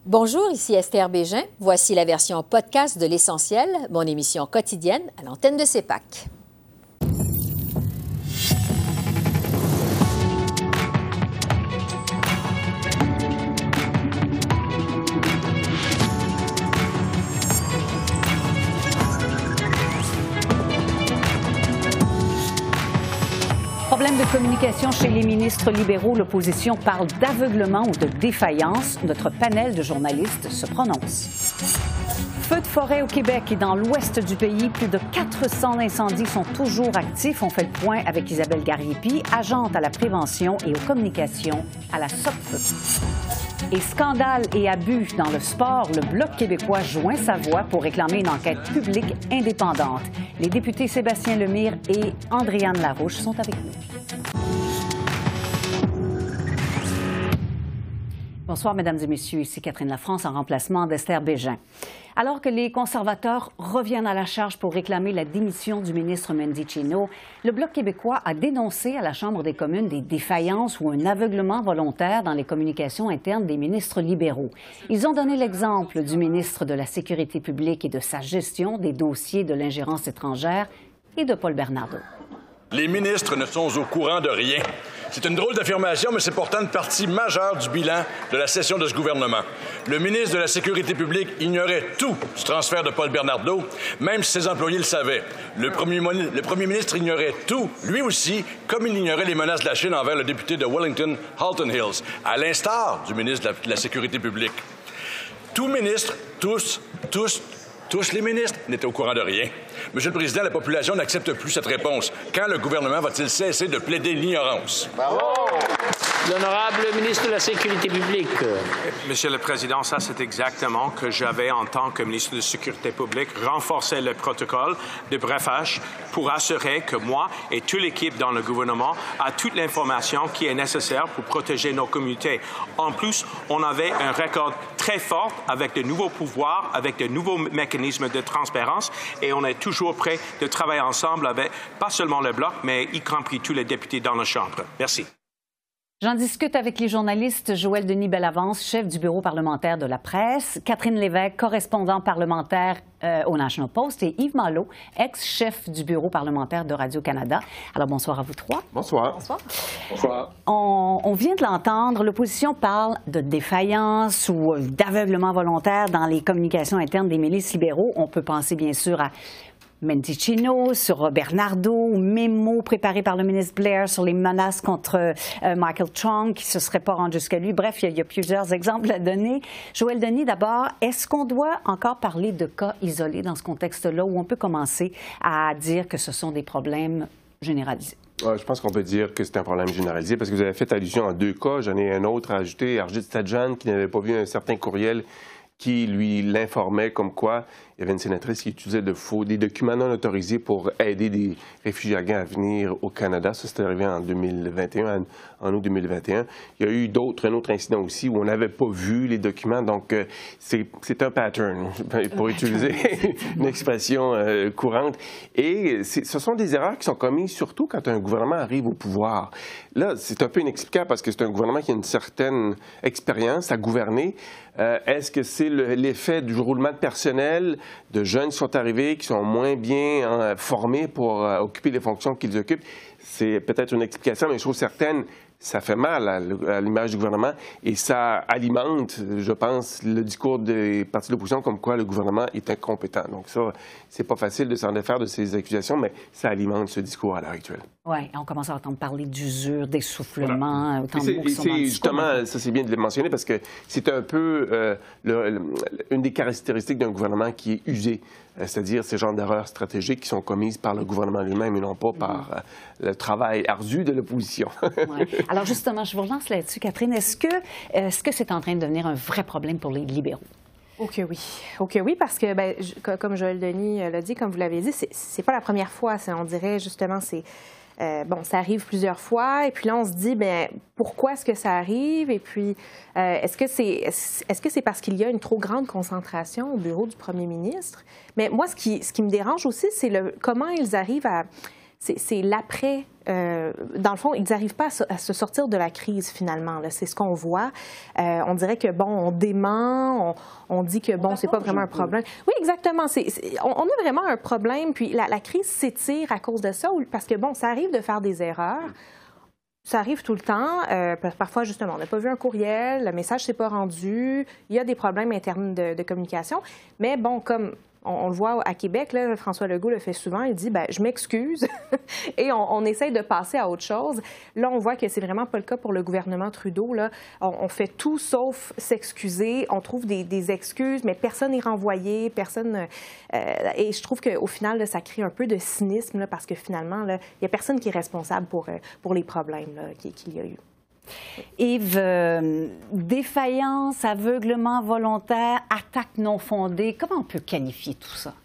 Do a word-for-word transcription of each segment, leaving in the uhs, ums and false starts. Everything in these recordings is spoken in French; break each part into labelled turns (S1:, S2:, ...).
S1: Bonjour, ici Esther Bégin. Voici la version podcast de L'Essentiel, mon émission quotidienne à l'antenne de CEPAC.
S2: Problème de communication chez les ministres libéraux. L'opposition parle d'aveuglement ou de défaillance. Notre panel de journalistes se prononce. Feux de forêt au Québec et dans l'ouest du pays, plus de quatre cents incendies sont toujours actifs. On fait le point avec Isabelle Gariepi, agente à la prévention et aux communications à la SOPFEU. Et scandale et abus dans le sport, le Bloc québécois joint sa voix pour réclamer une enquête publique indépendante. Les députés Sébastien Lemire et Andréane Larouche sont avec nous. Bonsoir, Mesdames et Messieurs. Ici Catherine Lafrance en remplacement d'Esther Bégin. Alors que les conservateurs reviennent à la charge pour réclamer la démission du ministre Mendicino, le Bloc québécois a dénoncé à la Chambre des communes des défaillances ou un aveuglement volontaire dans les communications internes des ministres libéraux. Ils ont donné l'exemple du ministre de la Sécurité publique et de sa gestion des dossiers de l'ingérence étrangère et de Paul Bernardo.
S3: Les ministres ne sont au courant de rien. C'est une drôle d'affirmation, mais c'est pourtant une partie majeure du bilan de la session de ce gouvernement. Le ministre de la Sécurité publique ignorait tout du transfert de Paul Bernardo, même si ses employés le savaient. Le premier, le premier ministre ignorait tout, lui aussi, comme il ignorait les menaces de la Chine envers le député de Wellington, Halton Hills, à l'instar du ministre de la, de la Sécurité publique. Tout ministre, tous, tous, tous les ministres n'étaient au courant de rien. Monsieur le Président, la population n'accepte plus cette réponse. Quand le gouvernement va-t-il cesser de plaider l'ignorance?
S4: Bravo! L'honorable ministre de la Sécurité publique.
S5: Monsieur le Président, ça, c'est exactement que j'avais, en tant que ministre de la Sécurité publique, renforcé le protocole de brefage pour assurer que moi et toute l'équipe dans le gouvernement a toute l'information qui est nécessaire pour protéger nos communautés. En plus, on avait un record très fort avec de nouveaux pouvoirs, avec de nouveaux mécanismes de transparence et on est toujours prêt de travailler ensemble avec pas seulement le Bloc, mais y compris tous les députés dans la Chambre. Merci.
S2: J'en discute avec les journalistes Joël Denis Bellavance, chef du bureau parlementaire de la presse, Catherine Lévesque, correspondant parlementaire euh, au National Post, et Yves Malo, ex-chef du bureau parlementaire de Radio-Canada. Alors, bonsoir à vous trois.
S6: Bonsoir.
S2: Bonsoir.
S6: Bonsoir.
S2: On, on vient de l'entendre, l'opposition parle de défaillance ou d'aveuglement volontaire dans les communications internes des milices libéraux. On peut penser bien sûr à Mendicino, sur Bernardo, mémo préparé par le ministre Blair sur les menaces contre euh, Michael Chong, qui ne se serait pas rendu jusqu'à lui. Bref, il y, a, il y a plusieurs exemples à donner. Joël Denis, d'abord, est-ce qu'on doit encore parler de cas isolés dans ce contexte-là où on peut commencer à dire que ce sont des problèmes généralisés?
S6: Ouais, je pense qu'on peut dire que c'est un problème généralisé parce que vous avez fait allusion à deux cas. J'en ai un autre à ajouter, Harjit Sajjan, qui n'avait pas vu un certain courriel qui lui l'informait comme quoi il y avait une sénatrice qui utilisait de faux, des documents non autorisés pour aider des réfugiés afghans à venir au Canada. Ça, c'est arrivé en deux mille vingt et un, en août deux mille vingt et un. Il y a eu d'autres, un autre incident aussi où on n'avait pas vu les documents. Donc, euh, c'est, c'est un pattern, pour utiliser une expression euh, courante. Et c'est, ce sont des erreurs qui sont commises surtout quand un gouvernement arrive au pouvoir. Là, c'est un peu inexplicable parce que c'est un gouvernement qui a une certaine expérience à gouverner. Euh, est-ce que c'est le, l'effet du roulement de personnel, de jeunes qui sont arrivés, qui sont moins bien hein, formés pour euh, occuper les fonctions qu'ils occupent? C'est peut-être une explication, mais je trouve certaine, ça fait mal à, à l'image du gouvernement et ça alimente, je pense, le discours des partis de l'opposition comme quoi le gouvernement est incompétent. Donc ça, c'est pas facile de s'en défaire de ces accusations, mais ça alimente ce discours à l'heure actuelle.
S2: Oui, on commence à entendre parler d'usure, d'essoufflement, voilà. Autant de mots qui sont
S6: c'est justement, ça c'est bien de le mentionner parce que c'est un peu euh, le, le, une des caractéristiques d'un gouvernement qui est usé. C'est-à-dire ces genres d'erreurs stratégiques qui sont commises par le gouvernement lui-même et non pas par euh, le travail ardu de l'opposition.
S2: Ouais. Alors justement, je vous relance là-dessus, Catherine. Est-ce que, est-ce que c'est en train de devenir un vrai problème pour les libéraux?
S7: Oh que oui. Oh que oui, parce que, ben, je, comme Joël Denis l'a dit, comme vous l'avez dit, c'est, c'est pas la première fois. C'est, on dirait justement, c'est... Euh, bon, ça arrive plusieurs fois, et puis là, on se dit, bien, pourquoi est-ce que ça arrive? Et puis, euh, est-ce que c'est, est-ce que c'est parce qu'il y a une trop grande concentration au bureau du premier ministre? Mais moi, ce qui, ce qui me dérange aussi, c'est le, comment ils arrivent à... c'est l'après. Euh, dans le fond, ils n'arrivent pas à se, à se sortir de la crise, finalement. C'est ce qu'on voit. Euh, on dirait que, bon, on dément, on, on dit que, bon, c'est pas vraiment un problème. Oui, exactement. C'est, c'est, on, on a vraiment un problème, puis la, la crise s'étire à cause de ça, parce que, bon, ça arrive de faire des erreurs. Ça arrive tout le temps. Euh, parfois, justement, on n'a pas vu un courriel, le message ne s'est pas rendu, il y a des problèmes internes de, de communication. Mais, bon, comme... On, on le voit à Québec, là, François Legault le fait souvent, il dit ben, « je m'excuse » et on, on essaye de passer à autre chose. Là, on voit que c'est vraiment pas le cas pour le gouvernement Trudeau. Là. On, on fait tout sauf s'excuser. On trouve des, des excuses, mais personne n'est renvoyé, personne... Euh, et je trouve qu'au final, là, ça crée un peu de cynisme là, parce que finalement, il n'y a personne qui est responsable pour, pour les problèmes là, qu'il, qu'il y a eu.
S2: Yves, euh, défaillance, aveuglement volontaire, attaque non fondée, comment on peut qualifier tout ça?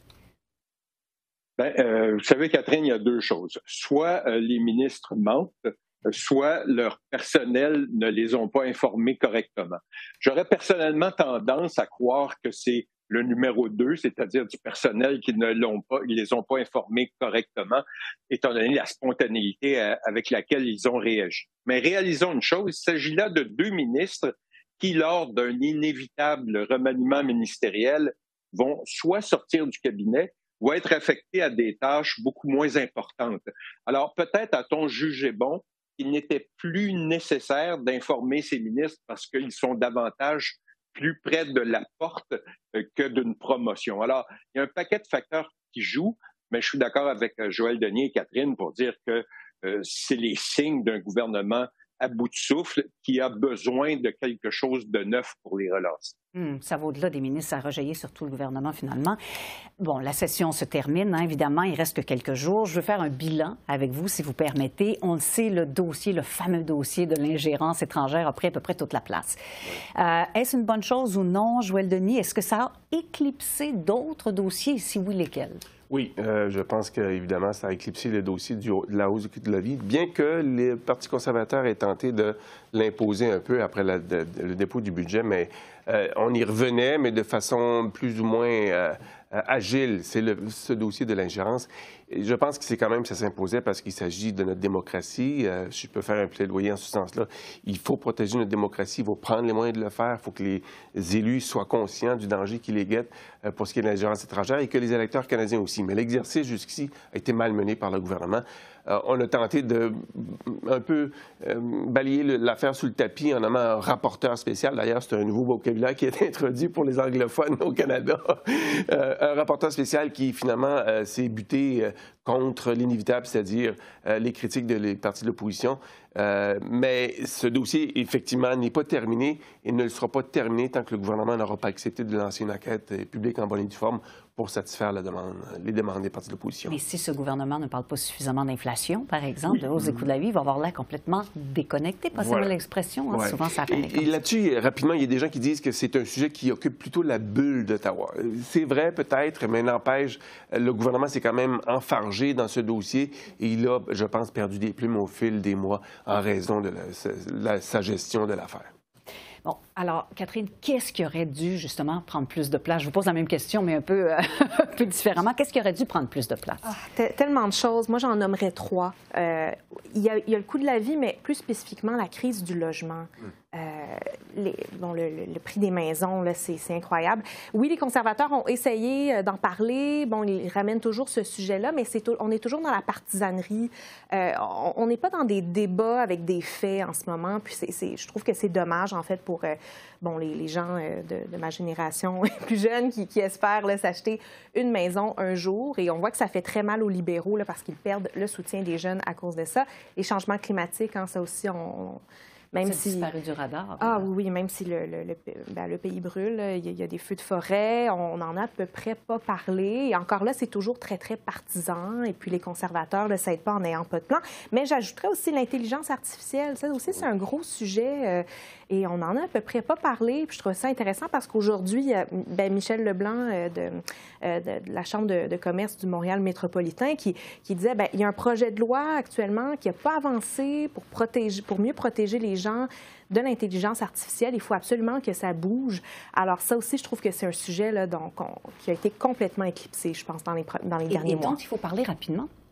S8: Bien, euh, vous savez, Catherine, il y a deux choses. Soit euh, les ministres mentent, soit leur personnel ne les ont pas informés correctement. J'aurais personnellement tendance à croire que c'est le numéro deux, c'est-à-dire du personnel qui ne l'ont pas, ils les ont pas informés correctement, étant donné la spontanéité avec laquelle ils ont réagi. Mais réalisons une chose, il s'agit là de deux ministres qui, lors d'un inévitable remaniement ministériel, vont soit sortir du cabinet ou être affectés à des tâches beaucoup moins importantes. Alors, peut-être a-t-on jugé bon qu'il n'était plus nécessaire d'informer ces ministres parce qu'ils sont davantage plus près de la porte que d'une promotion. Alors, il y a un paquet de facteurs qui jouent, mais je suis d'accord avec Joël Denis et Catherine pour dire que euh, c'est les signes d'un gouvernement à bout de souffle qui a besoin de quelque chose de neuf pour les relancer.
S2: Hum, ça va au-delà des ministres, ça a rejailli sur tout le gouvernement finalement. Bon, la session se termine, hein, évidemment, il reste que quelques jours. Je veux faire un bilan avec vous, si vous permettez. On le sait, le dossier, le fameux dossier de l'ingérence étrangère a pris à peu près toute la place. Euh, est-ce une bonne chose ou non, Joël Denis? Est-ce que ça a éclipsé d'autres dossiers? Si oui, lesquels?
S6: Oui, euh, je pense qu'évidemment, ça a éclipsé le dossier du, de la hausse du coût de la vie, bien que le Parti conservateur ait tenté de l'imposer un peu après la, de, de, le dépôt du budget, mais euh, on y revenait, mais de façon plus ou moins euh, agile. C'est le, ce dossier de l'ingérence. Et je pense que c'est quand même, ça s'imposait parce qu'il s'agit de notre démocratie. Euh, je peux faire un plaidoyer en ce sens-là. Il faut protéger notre démocratie, il faut prendre les moyens de le faire, il faut que les élus soient conscients du danger qui les guette euh, pour ce qui est de l'ingérence étrangère et que les électeurs canadiens aussi. Mais l'exercice jusqu'ici a été mal mené par le gouvernement. Euh, on a tenté de un peu euh, balayer l'affaire sous le tapis en nommant un rapporteur spécial. D'ailleurs, c'est un nouveau vocabulaire qui est introduit pour les anglophones au Canada. euh, un rapporteur spécial qui, finalement, euh, s'est buté euh, contre l'inévitable, c'est-à-dire euh, les critiques des partis de l'opposition. Euh, mais ce dossier, effectivement, n'est pas terminé et ne le sera pas terminé tant que le gouvernement n'aura pas accepté de lancer une enquête publique en bonne et due forme pour satisfaire la demande, les demandes des partis de l'opposition.
S2: Mais si ce gouvernement ne parle pas suffisamment d'inflation, par exemple, oui. de hausse des coûts de la vie, il va avoir l'air complètement déconnecté, passez-moi voilà. l'expression, hein, ouais. souvent ça apparaît comme
S6: Et, et là-dessus, rapidement, il y a des gens qui disent que c'est un sujet qui occupe plutôt la bulle d'Ottawa. C'est vrai peut-être, mais n'empêche, le gouvernement s'est quand même enfargé dans ce dossier et il a, je pense, perdu des plumes au fil des mois en raison de la, la, sa gestion de l'affaire.
S2: Bon, alors, Catherine, qu'est-ce qui aurait dû, justement, prendre plus de place? Je vous pose la même question, mais un peu, euh, un peu différemment. Qu'est-ce qui aurait dû prendre plus de place?
S7: Ah, tellement de choses. Moi, j'en nommerais trois. Euh, il y a, il y a le coût de la vie, mais plus spécifiquement la crise du logement. Mm. Euh, les, bon, le, le, le prix des maisons, c'est incroyable. Oui, les conservateurs ont essayé d'en parler. Bon, ils ramènent toujours ce sujet-là, mais c'est, on est toujours dans la partisanerie. Euh, on n'est pas dans des débats avec des faits en ce moment. Puis c'est, c'est, je trouve que c'est dommage, en fait, pour euh, bon, les, les gens euh, de, de ma génération plus jeunes qui, qui espèrent là, s'acheter une maison un jour. Et on voit que ça fait très mal aux libéraux là, parce qu'ils perdent le soutien des jeunes à cause de ça. Les changements climatiques, hein, ça aussi, on... on
S2: Même si... disparu du radar.
S7: Ah oui, oui, même si le, le, le, ben, le pays brûle, il y, a, il y a des feux de forêt, on n'en a à peu près pas parlé. Et encore là, c'est toujours très, très partisan. Et puis les conservateurs ne s'aident pas en n'ayant pas de plan. Mais j'ajouterais aussi l'intelligence artificielle. Ça aussi, c'est un gros sujet. Euh, et on n'en a à peu près pas parlé. Puis je trouve ça intéressant parce qu'aujourd'hui, ben, Michel Leblanc euh, de, euh, de, de la Chambre de, de commerce du Montréal métropolitain qui, qui disait ben, il y a un projet de loi actuellement qui n'a pas avancé pour, protéger, pour mieux protéger les gens de l'intelligence artificielle. Il faut absolument que ça bouge. Alors ça aussi, je trouve que c'est un sujet là, donc, on, qui a été complètement éclipsé, je pense, dans les, dans les
S2: et,
S7: derniers
S2: et
S7: mois.
S2: Donc, il faut parler rapidement.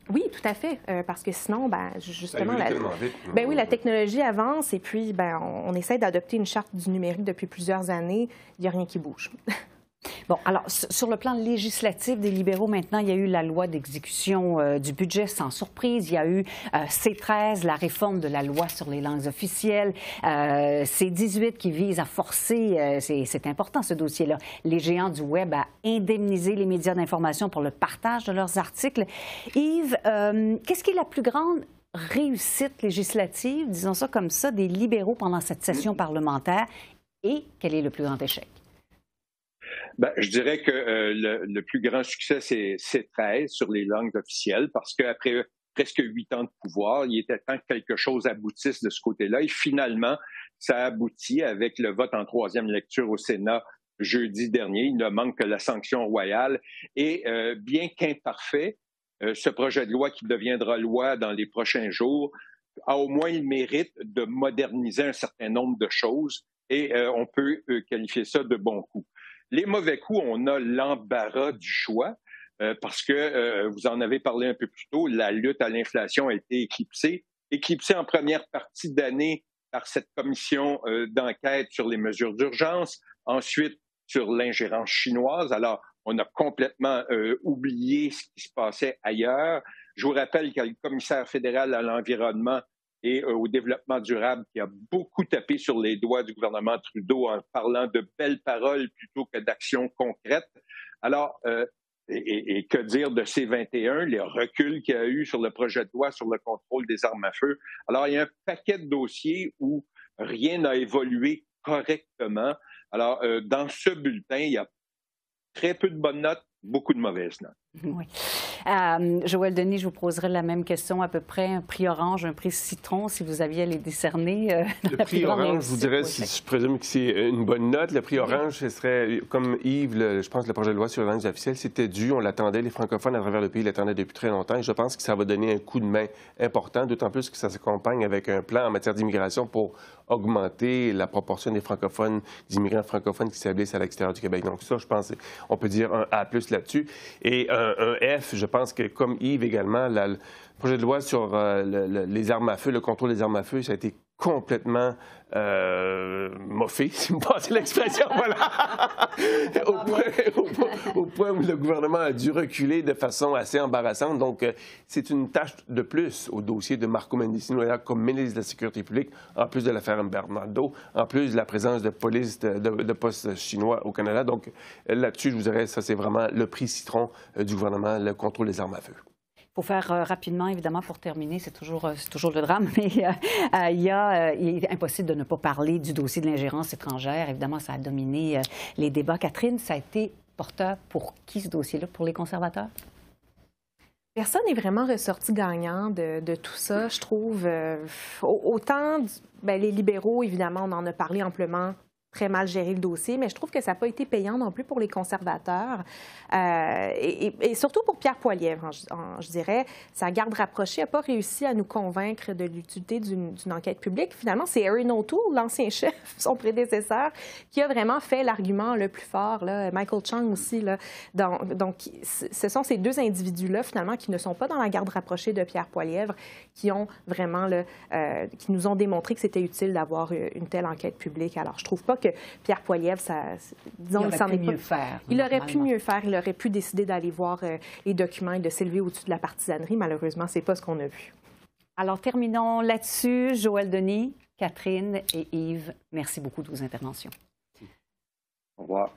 S7: Oui, tout à fait, euh, parce que sinon, ben, justement,
S6: ça
S7: la,
S6: vite,
S7: ben oui, la technologie avance et puis ben, on, on essaie d'adopter une charte du numérique depuis plusieurs années. Il n'y a rien qui bouge.
S2: Bon, alors, sur le plan législatif des libéraux, maintenant, il y a eu la loi d'exécution euh, du budget sans surprise. Il y a eu euh, C treize, la réforme de la loi sur les langues officielles. Euh, C dix-huit qui vise à forcer, euh, c'est important ce dossier-là, les géants du Web à indemniser les médias d'information pour le partage de leurs articles. Yves, euh, qu'est-ce qui est la plus grande réussite législative, disons ça comme ça, des libéraux pendant cette session parlementaire et quel est le plus grand échec?
S8: Ben, je dirais que euh, le, le plus grand succès, c'est C treize sur les langues officielles, parce qu'après presque huit ans de pouvoir, il était temps que quelque chose aboutisse de ce côté-là. Et finalement, ça a abouti avec le vote en troisième lecture au Sénat jeudi dernier. Il ne manque que la sanction royale. Et euh, bien qu'imparfait, euh, ce projet de loi qui deviendra loi dans les prochains jours a au moins le mérite de moderniser un certain nombre de choses. Et euh, on peut euh, qualifier ça de bon coup. Les mauvais coups, on a l'embarras du choix euh, parce que, euh, vous en avez parlé un peu plus tôt, la lutte à l'inflation a été éclipsée, éclipsée en première partie d'année par cette commission euh, d'enquête sur les mesures d'urgence, ensuite sur l'ingérence chinoise. Alors, on a complètement euh, oublié ce qui se passait ailleurs. Je vous rappelle qu'il y a le commissaire fédéral à l'environnement et euh, au développement durable qui a beaucoup tapé sur les doigts du gouvernement Trudeau en parlant de belles paroles plutôt que d'actions concrètes. Alors, euh, et, et que dire de C vingt et un, les reculs qu'il y a eu sur le projet de loi sur le contrôle des armes à feu. Alors, il y a un paquet de dossiers où rien n'a évolué correctement. Alors, euh, dans ce bulletin, il y a très peu de bonnes notes, beaucoup de mauvaises notes.
S2: Oui. Euh, Joël Denis, je vous poserai la même question à peu près. Un prix orange, un prix citron, si vous aviez à les décerner. Euh,
S6: le prix orange, je vous dirais, si je présume que c'est une bonne note. Le prix orange, ce serait, comme Yves, le, je pense, le projet de loi sur les langues officielles, c'était dû. On l'attendait. Les francophones à travers le pays l'attendaient depuis très longtemps. Et je pense que ça va donner un coup de main important, d'autant plus que ça s'accompagne avec un plan en matière d'immigration pour augmenter la proportion des francophones, des immigrants francophones qui s'établissent à l'extérieur du Québec. Donc ça, je pense, on peut dire un A plus là-dessus. Et un, un F, je pense que, comme Yves également, la, le projet de loi sur euh, le, le, les armes à feu, le contrôle des armes à feu, ça a été complètement euh, moffé, si vous me passez l'expression, voilà, au, point, au, au point où le gouvernement a dû reculer de façon assez embarrassante. Donc, euh, c'est une tâche de plus au dossier de Marco Mendicino comme ministre de la Sécurité publique, en plus de l'affaire Bernardo, en plus de la présence de police de, de, de postes chinois au Canada. Donc, là-dessus, je vous dirais, ça, c'est vraiment le prix citron euh, du gouvernement, le contrôle des armes à feu.
S2: Pour faire euh, rapidement, évidemment, pour terminer, c'est toujours, euh, c'est toujours le drame, mais euh, euh, il, y a, euh, il est impossible de ne pas parler du dossier de l'ingérence étrangère. Évidemment, ça a dominé euh, les débats. Catherine, ça a été porteur pour qui, ce dossier-là? Pour les conservateurs?
S7: Personne n'est vraiment ressorti gagnant de, de tout ça, je trouve. Euh, autant, bien, les libéraux, évidemment, on en a parlé amplement, très mal géré le dossier, mais je trouve que ça n'a pas été payant non plus pour les conservateurs euh, et, et, et surtout pour Pierre Poilievre, je, en, je dirais. Sa garde rapprochée n'a pas réussi à nous convaincre de l'utilité d'une enquête publique. Finalement, c'est Erin O'Toole, l'ancien chef, son prédécesseur, qui a vraiment fait l'argument le plus fort, là. Michael Chung aussi. Là. Donc, donc, ce sont ces deux individus-là, finalement, qui ne sont pas dans la garde rapprochée de Pierre Poilievre, qui ont vraiment, là, euh, qui nous ont démontré que c'était utile d'avoir une telle enquête publique. Alors, je trouve pas que Pierre Poilievre, ça, disons,
S2: il aurait
S7: s'en
S2: pu
S7: est
S2: mieux
S7: pas...
S2: faire.
S7: Il aurait pu mieux faire. Il aurait pu décider d'aller voir euh, les documents et de s'élever au-dessus de la partisanerie. Malheureusement, c'est pas ce qu'on a vu.
S2: Alors, terminons là-dessus. Joël Denis, Catherine et Yves, merci beaucoup de vos interventions.
S8: Au revoir.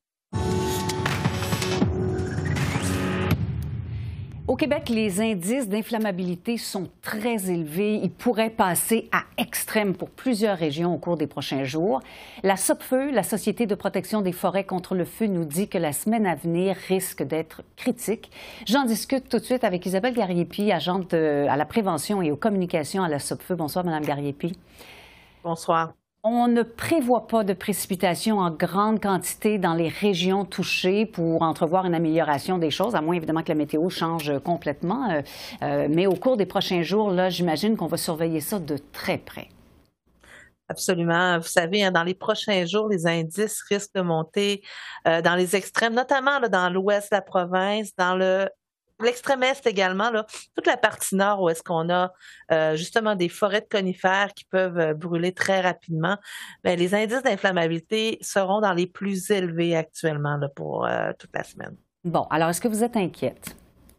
S2: Au Québec, les indices d'inflammabilité sont très élevés. Ils pourraient passer à extrême pour plusieurs régions au cours des prochains jours. La SOPFEU, la Société de protection des forêts contre le feu, nous dit que la semaine à venir risque d'être critique. J'en discute tout de suite avec Isabelle Gariepi, agente à la prévention et aux communications à la SOPFEU. Bonsoir, Mme Gariepi.
S9: Bonsoir.
S2: On ne prévoit pas de précipitations en grande quantité dans les régions touchées pour entrevoir une amélioration des choses, à moins évidemment que la météo change complètement. Euh, euh, mais au cours des prochains jours, là, j'imagine qu'on va surveiller ça de très près.
S9: Absolument. Vous savez, hein, dans les prochains jours, les indices risquent de monter euh, dans les extrêmes, notamment là, dans l'ouest de la province, dans le l'extrême est également, là, toute la partie nord où est-ce qu'on a euh, justement des forêts de conifères qui peuvent euh, brûler très rapidement, bien, les indices d'inflammabilité seront dans les plus élevés actuellement là, pour euh, toute la semaine.
S2: Bon, alors est-ce que vous êtes inquiète?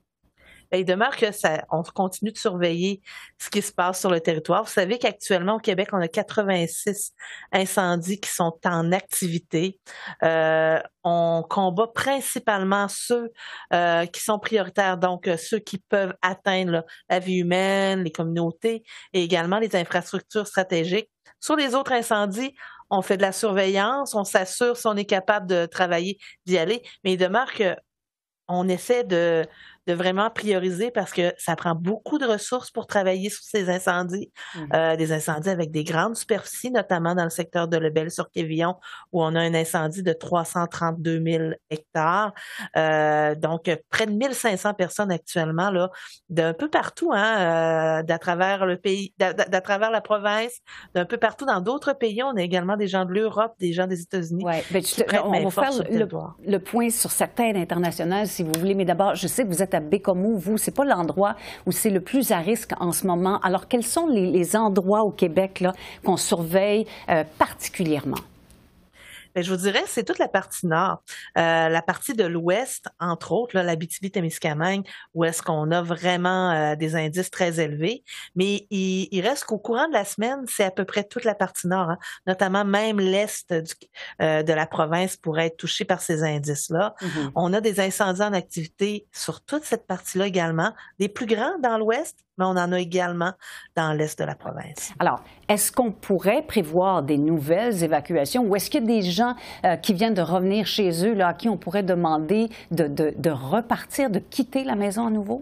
S9: Bien, il demeure que ça, on continue de surveiller ce qui se passe sur le territoire. Vous savez qu'actuellement, au Québec, on a quatre-vingt-six incendies qui sont en activité. Euh, on combat principalement ceux euh, qui sont prioritaires, donc euh, ceux qui peuvent atteindre là, la vie humaine, les communautés et également les infrastructures stratégiques. Sur les autres incendies, on fait de la surveillance, on s'assure si on est capable de travailler, d'y aller, mais il demeure que on essaie de, de vraiment prioriser parce que ça prend beaucoup de ressources pour travailler sur ces incendies, mmh. euh, des incendies avec des grandes superficies, notamment dans le secteur de Lebel-sur-Quévillon, où on a un incendie de trois cent trente-deux mille hectares. Euh, donc, près de mille cinq cents personnes actuellement, là, d'un peu partout, hein, euh, d'à travers le pays, d'à, d'à travers la province, d'un peu partout dans d'autres pays. On a également des gens de l'Europe, des gens des États-Unis.
S2: Oui, bien, on, on va faire le, le, le point sur cette aide internationale, si vous voulez. Mais d'abord, je sais que vous êtes à Bécomo, vous, c'est pas l'endroit où c'est le plus à risque en ce moment. Alors, quels sont les, les endroits au Québec là, qu'on surveille euh, particulièrement?
S9: Bien, je vous dirais, c'est toute la partie nord. Euh, la partie de l'ouest, entre autres, là, l'Abitibi-Témiscamingue, où est-ce qu'on a vraiment euh, des indices très élevés. Mais il, il reste qu'au courant de la semaine, c'est à peu près toute la partie nord, hein, notamment même l'est du, euh, de la province pourrait être touché par ces indices-là. Mm-hmm. On a des incendies en activité sur toute cette partie-là également, des plus grands dans l'ouest, mais on en a également dans l'est de la province.
S2: Alors, est-ce qu'on pourrait prévoir des nouvelles évacuations ou est-ce qu'il y a des gens euh, qui viennent de revenir chez eux, là, à qui on pourrait demander de, de, de repartir, de quitter la maison à nouveau?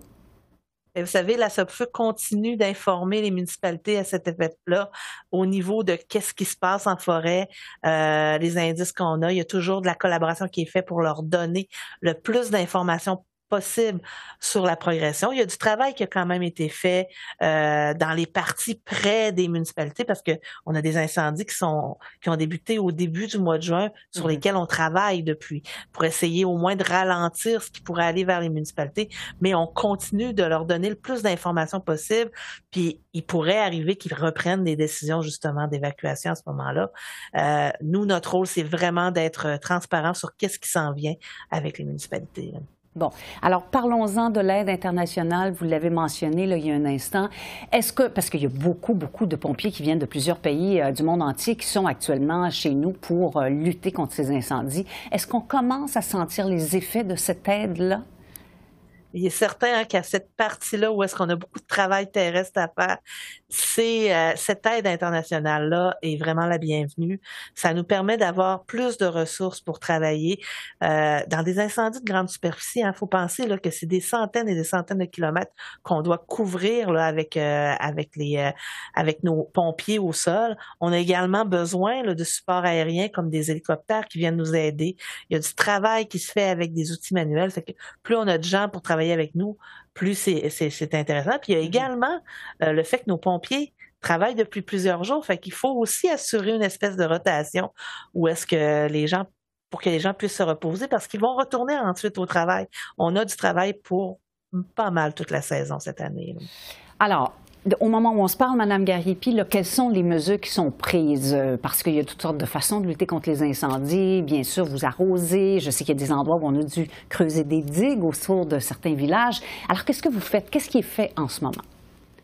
S9: Et vous savez, la SOPFEUC continue d'informer les municipalités à cet effet-là au niveau de qu'est-ce qui se passe en forêt, euh, les indices qu'on a. Il y a toujours de la collaboration qui est faite pour leur donner le plus d'informations possible sur la progression. Il y a du travail qui a quand même été fait euh, dans les parties près des municipalités parce que on a des incendies qui sont qui ont débuté au début du mois de juin sur mm-hmm. lesquels on travaille depuis pour essayer au moins de ralentir ce qui pourrait aller vers les municipalités, mais on continue de leur donner le plus d'informations possible, puis il pourrait arriver qu'ils reprennent des décisions justement d'évacuation à ce moment-là. Euh, nous, notre rôle, c'est vraiment d'être transparent sur qu'est-ce qui s'en vient avec les municipalités. Là.
S2: Bon, alors parlons-en de l'aide internationale, vous l'avez mentionné là, il y a un instant. Est-ce que, parce qu'il y a beaucoup, beaucoup de pompiers qui viennent de plusieurs pays euh, du monde entier qui sont actuellement chez nous pour euh, lutter contre ces incendies, est-ce qu'on commence à sentir les effets de cette aide-là?
S9: Il est certain hein, qu'à cette partie-là où est-ce qu'on a beaucoup de travail terrestre à faire, c'est euh, cette aide internationale-là est vraiment la bienvenue. Ça nous permet d'avoir plus de ressources pour travailler euh, dans des incendies de grande superficie. Il hein, faut penser là, que c'est des centaines et des centaines de kilomètres qu'on doit couvrir là, avec euh, avec les euh, avec nos pompiers au sol. On a également besoin là, de support aérien comme des hélicoptères qui viennent nous aider. Il y a du travail qui se fait avec des outils manuels. Fait que plus on a de gens pour travailler avec nous, plus c'est, c'est, c'est intéressant. Puis il y a également euh, le fait que nos pompiers travaillent depuis plusieurs jours. Fait qu'il faut aussi assurer une espèce de rotation où est-ce que les gens, pour que les gens puissent se reposer parce qu'ils vont retourner ensuite au travail. On a du travail pour pas mal toute la saison cette année. Là.
S2: Alors, au moment où on se parle, Mme Garipi, là, quelles sont les mesures qui sont prises? Parce qu'il y a toutes sortes de façons de lutter contre les incendies. Bien sûr, vous arrosez. Je sais qu'il y a des endroits où on a dû creuser des digues autour de certains villages. Alors, qu'est-ce que vous faites? Qu'est-ce qui est fait en ce moment?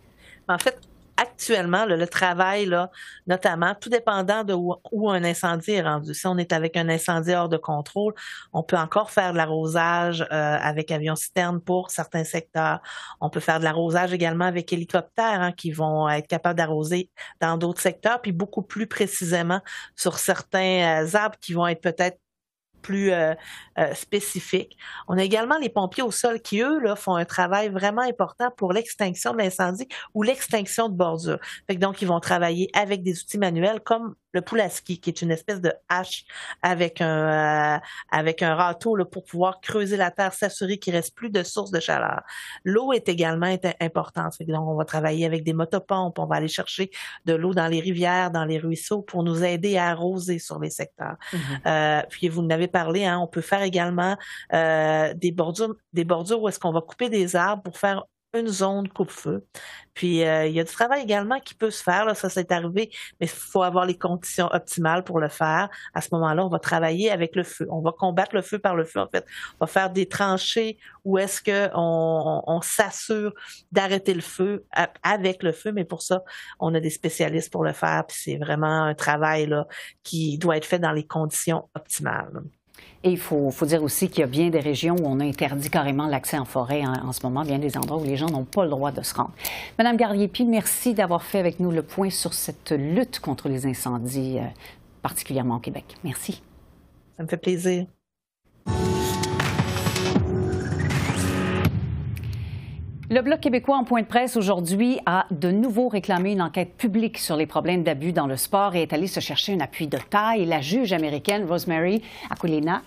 S9: En fait, actuellement, là, le travail, là, notamment, tout dépendant de où, où un incendie est rendu. Si on est avec un incendie hors de contrôle, on peut encore faire de l'arrosage euh, avec avion-citerne pour certains secteurs. On peut faire de l'arrosage également avec hélicoptères hein, qui vont être capables d'arroser dans d'autres secteurs, puis beaucoup plus précisément sur certains euh, arbres qui vont être peut-être plus euh, euh, spécifiques. On a également les pompiers au sol qui, eux, là, font un travail vraiment important pour l'extinction de l'incendie ou l'extinction de bordure. Fait que donc, ils vont travailler avec des outils manuels comme le Pulaski, qui est une espèce de hache avec un euh, avec un râteau là, pour pouvoir creuser la terre, s'assurer qu'il reste plus de sources de chaleur. L'eau est également importante. Donc, on va travailler avec des motopompes, on va aller chercher de l'eau dans les rivières, dans les ruisseaux pour nous aider à arroser sur les secteurs. Mm-hmm. Euh, puis vous en avez parlé, hein, on peut faire également euh, des bordures, des bordures où est-ce qu'on va couper des arbres pour faire une zone coupe-feu. Puis, euh, il y a du travail également qui peut se faire. Là, ça, c'est arrivé, mais il faut avoir les conditions optimales pour le faire. À ce moment-là, on va travailler avec le feu. On va combattre le feu par le feu, en fait. On va faire des tranchées où est-ce qu'on on, on s'assure d'arrêter le feu avec le feu, mais pour ça, on a des spécialistes pour le faire. Puis, c'est vraiment un travail là, qui doit être fait dans les conditions optimales.
S2: Et il faut, faut dire aussi qu'il y a bien des régions où on a interdit carrément l'accès en forêt en, en ce moment, bien des endroits où les gens n'ont pas le droit de se rendre. Madame Garriépi, merci d'avoir fait avec nous le point sur cette lutte contre les incendies, euh, particulièrement au Québec. Merci.
S9: Ça me fait plaisir.
S2: Le Bloc québécois en point de presse aujourd'hui a de nouveau réclamé une enquête publique sur les problèmes d'abus dans le sport et est allé se chercher un appui de taille. La juge américaine Rosemary Aquilina,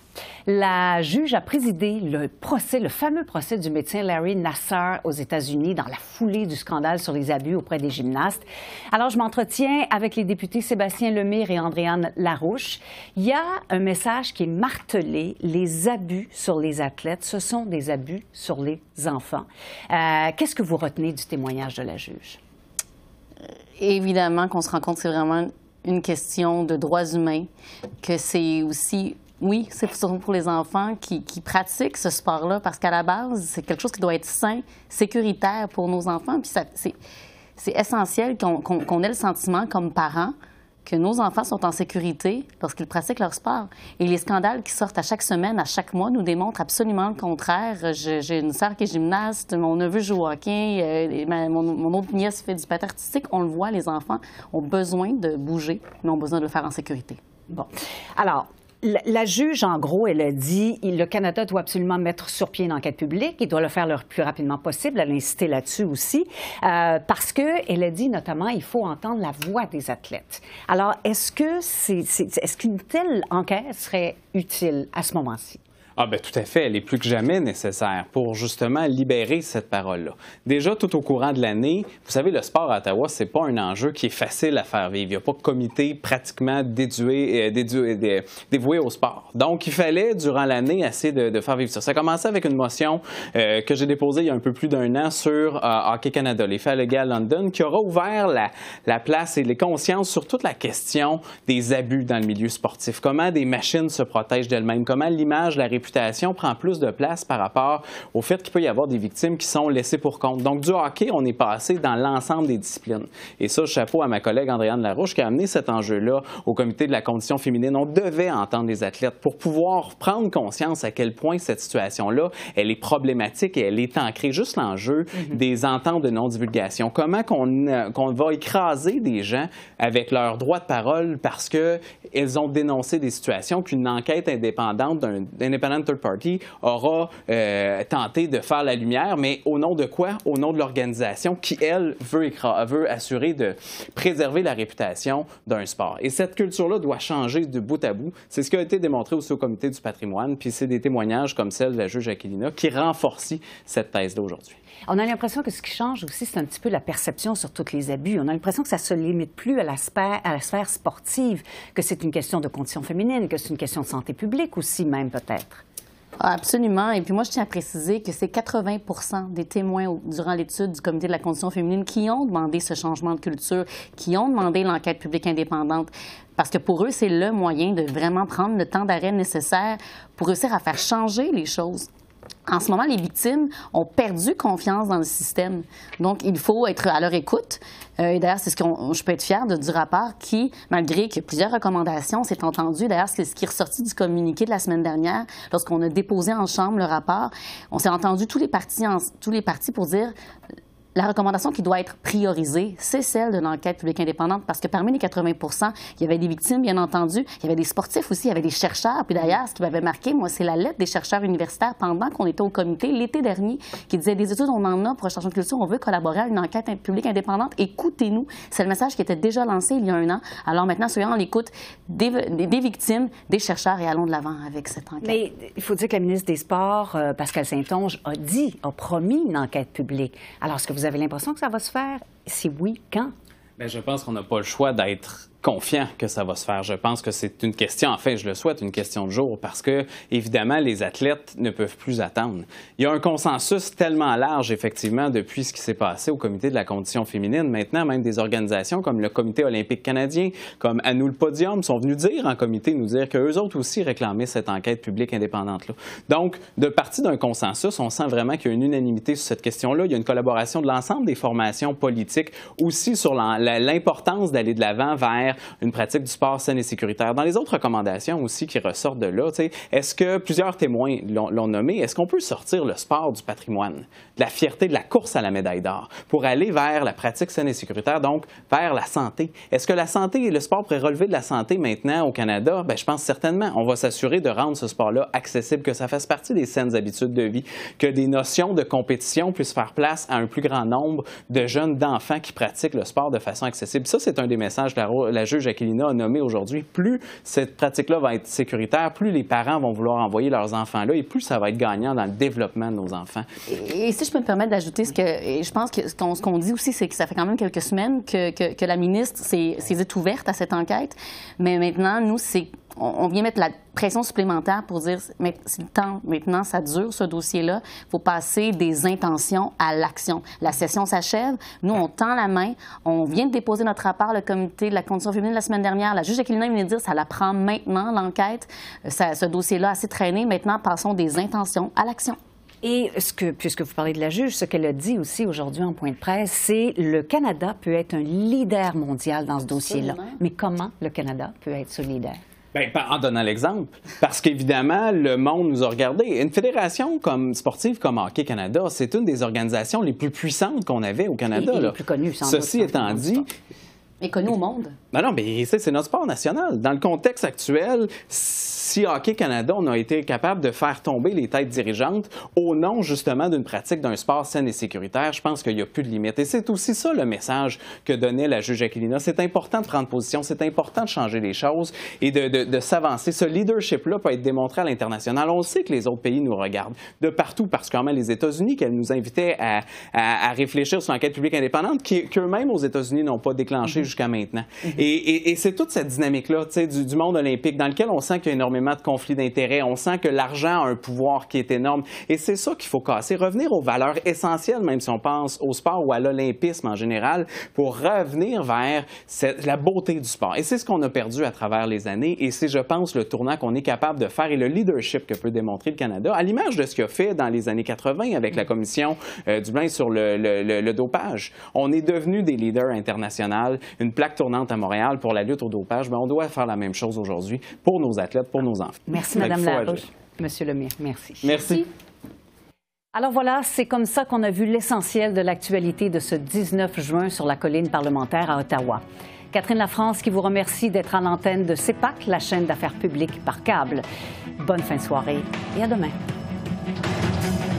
S2: la juge a présidé le procès, le fameux procès du médecin Larry Nassar aux États-Unis dans la foulée du scandale sur les abus auprès des gymnastes. Alors, je m'entretiens avec les députés Sébastien Lemire et Andréane Larouche. Il y a un message qui est martelé, les abus sur les athlètes, ce sont des abus sur les enfants. Euh, Qu'est-ce que vous retenez du témoignage de la juge?
S10: Évidemment qu'on se rend compte que c'est vraiment une question de droits humains, que c'est aussi, oui, c'est surtout pour les enfants qui, qui pratiquent ce sport-là, parce qu'à la base, c'est quelque chose qui doit être sain, sécuritaire pour nos enfants. Puis ça, c'est, c'est essentiel qu'on, qu'on, qu'on ait le sentiment, comme parents, que nos enfants sont en sécurité lorsqu'ils pratiquent leur sport. Et les scandales qui sortent à chaque semaine, à chaque mois, nous démontrent absolument le contraire. Je, j'ai une sœur qui est gymnaste, mon neveu joue au hockey, euh, ma, mon, mon autre nièce fait du patin artistique. On le voit, les enfants ont besoin de bouger, mais ont besoin de le faire en sécurité.
S2: Bon. Alors, La, la juge, en gros, elle a dit que le Canada doit absolument mettre sur pied une enquête publique. Il doit le faire le plus rapidement possible. Elle a insisté là-dessus aussi. Euh, parce qu'elle a dit notamment qu'il faut entendre la voix des athlètes. Alors, est-ce que c'est, c'est, est-ce qu'une telle enquête serait utile à ce moment-ci?
S11: Ah bien, tout à fait. Elle est plus que jamais nécessaire pour justement libérer cette parole-là. Déjà, tout au courant de l'année, vous savez, le sport à Ottawa, c'est pas un enjeu qui est facile à faire vivre. Il n'y a pas de comité pratiquement dédué, euh, dédué, dé, dévoué au sport. Donc, il fallait, durant l'année, essayer de, de faire vivre ça. Ça a commencé avec une motion euh, que j'ai déposée il y a un peu plus d'un an sur euh, Hockey Canada, les faits allégués à London, qui aura ouvert la, la place et les consciences sur toute la question des abus dans le milieu sportif. Comment des machines se protègent d'elles-mêmes, comment l'image, la réputation prend plus de place par rapport au fait qu'il peut y avoir des victimes qui sont laissées pour compte. Donc, du hockey, on est passé dans l'ensemble des disciplines. Et ça, chapeau à ma collègue Andréane Larouche qui a amené cet enjeu-là au comité de la condition féminine. On devait entendre les athlètes pour pouvoir prendre conscience à quel point cette situation-là, elle est problématique et elle est ancrée. Juste l'enjeu mm-hmm. des ententes de non-divulgation. Comment qu'on, euh, qu'on va écraser des gens avec leur droit de parole parce qu'elles ont dénoncé des situations qu'une enquête indépendante d'un independent third party aura euh, tenté de faire la lumière, mais au nom de quoi? Au nom de l'organisation qui, elle, veut, écra- veut assurer de préserver la réputation d'un sport. Et cette culture-là doit changer de bout à bout. C'est ce qui a été démontré aussi au comité du patrimoine, puis c'est des témoignages comme celle de la juge Aquilina qui renforcent cette thèse-là aujourd'hui.
S2: On a l'impression que ce qui change aussi, c'est un petit peu la perception sur tous les abus. On a l'impression que ça ne se limite plus à la, sphère, à la sphère sportive, que c'est une question de condition féminine, que c'est une question de santé publique aussi même peut-être.
S10: Absolument. Et puis moi, je tiens à préciser que c'est quatre-vingts pour cent des témoins durant l'étude du Comité de la condition féminine qui ont demandé ce changement de culture, qui ont demandé l'enquête publique indépendante. Parce que pour eux, c'est le moyen de vraiment prendre le temps d'arrêt nécessaire pour réussir à faire changer les choses. En ce moment, les victimes ont perdu confiance dans le système. Donc, il faut être à leur écoute. Euh, et d'ailleurs, c'est ce que je peux être fière de, du rapport qui, malgré que plusieurs recommandations, s'est entendu. D'ailleurs, c'est ce qui est ressorti du communiqué de la semaine dernière, lorsqu'on a déposé en Chambre le rapport. On s'est entendu tous les partis, en, tous les partis pour dire la recommandation qui doit être priorisée, c'est celle d'une enquête publique indépendante parce que parmi les quatre-vingts pour cent, il y avait des victimes, bien entendu, il y avait des sportifs aussi, il y avait des chercheurs. Puis d'ailleurs, ce qui m'avait marqué, moi, c'est la lettre des chercheurs universitaires pendant qu'on était au comité l'été dernier qui disait des études, on en a pour recherche de culture, on veut collaborer à une enquête publique indépendante. Écoutez-nous. C'est le message qui était déjà lancé il y a un an. Alors maintenant, soyons à l'écoute des, des, des victimes, des chercheurs et allons de l'avant avec cette enquête.
S2: Mais il faut dire que la ministre des Sports, euh, Pascale Saint-Onge, a dit, a promis une enquête publique. Alors, est-ce que vous avez l'impression que ça va se faire? Si oui, quand?
S11: Bien, je pense qu'on n'a pas le choix d'être confiant que ça va se faire. Je pense que c'est une question, en fait, je le souhaite, une question de jour parce que, évidemment, les athlètes ne peuvent plus attendre. Il y a un consensus tellement large, effectivement, depuis ce qui s'est passé au Comité de la condition féminine. Maintenant, même des organisations comme le Comité olympique canadien, comme À nous le podium, sont venus dire en comité, nous dire qu'eux autres aussi réclamaient cette enquête publique indépendante-là. Donc, de partie d'un consensus, on sent vraiment qu'il y a une unanimité sur cette question-là. Il y a une collaboration de l'ensemble des formations politiques aussi sur l'importance d'aller de l'avant vers une pratique du sport saine et sécuritaire. Dans les autres recommandations aussi qui ressortent de là, est-ce que plusieurs témoins l'ont nommé, est-ce qu'on peut sortir le sport du patrimoine, de la fierté de la course à la médaille d'or pour aller vers la pratique saine et sécuritaire, donc vers la santé? Est-ce que la santé et le sport pourraient relever de la santé maintenant au Canada? Bien, je pense certainement. On va s'assurer de rendre ce sport-là accessible, que ça fasse partie des saines habitudes de vie, que des notions de compétition puissent faire place à un plus grand nombre de jeunes, d'enfants qui pratiquent le sport de façon accessible. Ça, c'est un des messages que la, la juge Aquilina a nommé aujourd'hui. Plus cette pratique-là va être sécuritaire, plus les parents vont vouloir envoyer leurs enfants là et plus ça va être gagnant dans le développement de nos enfants.
S10: Et, et si je peux me permettre d'ajouter ce que et je pense que ce qu'on, ce qu'on dit aussi, c'est que ça fait quand même quelques semaines que, que, que la ministre s'est, s'est ouverte à cette enquête. Mais maintenant, nous, c'est on vient mettre la pression supplémentaire pour dire mais c'est le temps, maintenant, ça dure, ce dossier-là. Il faut passer des intentions à l'action. La session s'achève. Nous, on tend la main. On vient de déposer notre rapport, le comité de la condition féminine la semaine dernière. La juge Aquilina vient de dire ça la prend maintenant, l'enquête. Ça, ce dossier-là a assez traîné. Maintenant, passons des intentions à l'action.
S2: Et ce que, puisque vous parlez de la juge, ce qu'elle a dit aussi aujourd'hui en point de presse, c'est le Canada peut être un leader mondial dans ce dossier-là. Absolument. Mais comment le Canada peut être ce leader?
S11: Bien, en donnant l'exemple. Parce qu'évidemment, le monde nous a regardé. Une fédération comme sportive comme Hockey Canada, c'est une des organisations les plus puissantes qu'on avait au Canada.
S2: Et, et
S11: là.
S2: les plus connues, sans
S11: Ceci
S2: doute,
S11: étant dit...
S10: Mais connu au monde.
S11: Non, non, mais c'est notre sport national. Dans le contexte actuel, si Hockey Canada, on a été capable de faire tomber les têtes dirigeantes au nom, justement, d'une pratique d'un sport sain et sécuritaire, je pense qu'il n'y a plus de limite. Et c'est aussi ça le message que donnait la juge Aquilina. C'est important de prendre position, c'est important de changer les choses et de, de, de s'avancer. Ce leadership-là peut être démontré à l'international. On sait que les autres pays nous regardent de partout, particulièrement les États-Unis, qu'elles nous invitaient à, à, à réfléchir sur l'enquête publique indépendante, qu'eux-mêmes aux États-Unis n'ont pas déclenché jusqu'à maintenant. Mm-hmm. Et, et, et c'est toute cette dynamique-là du, du monde olympique dans lequel on sent qu'il y a énormément de conflits d'intérêts, on sent que l'argent a un pouvoir qui est énorme. Et c'est ça qu'il faut casser, revenir aux valeurs essentielles, même si on pense au sport ou à l'olympisme en général, pour revenir vers cette, la beauté du sport. Et c'est ce qu'on a perdu à travers les années et c'est, je pense, le tournant qu'on est capable de faire et le leadership que peut démontrer le Canada, à l'image de ce qu'il a fait dans les années quatre-vingt avec la commission euh, du Blain sur le, le, le, le dopage. On est devenu des leaders internationaux, une plaque tournante à Montréal pour la lutte au dopage, mais on doit faire la même chose aujourd'hui pour nos athlètes, pour nos enfants.
S2: Merci, Mme Larouche. Monsieur Lemire, merci.
S11: Merci.
S2: Alors voilà, c'est comme ça qu'on a vu l'essentiel de l'actualité de ce dix-neuf juin sur la colline parlementaire à Ottawa. Catherine Lafrance qui vous remercie d'être à l'antenne de CEPAC, la chaîne d'affaires publiques par câble. Bonne fin de soirée et à demain.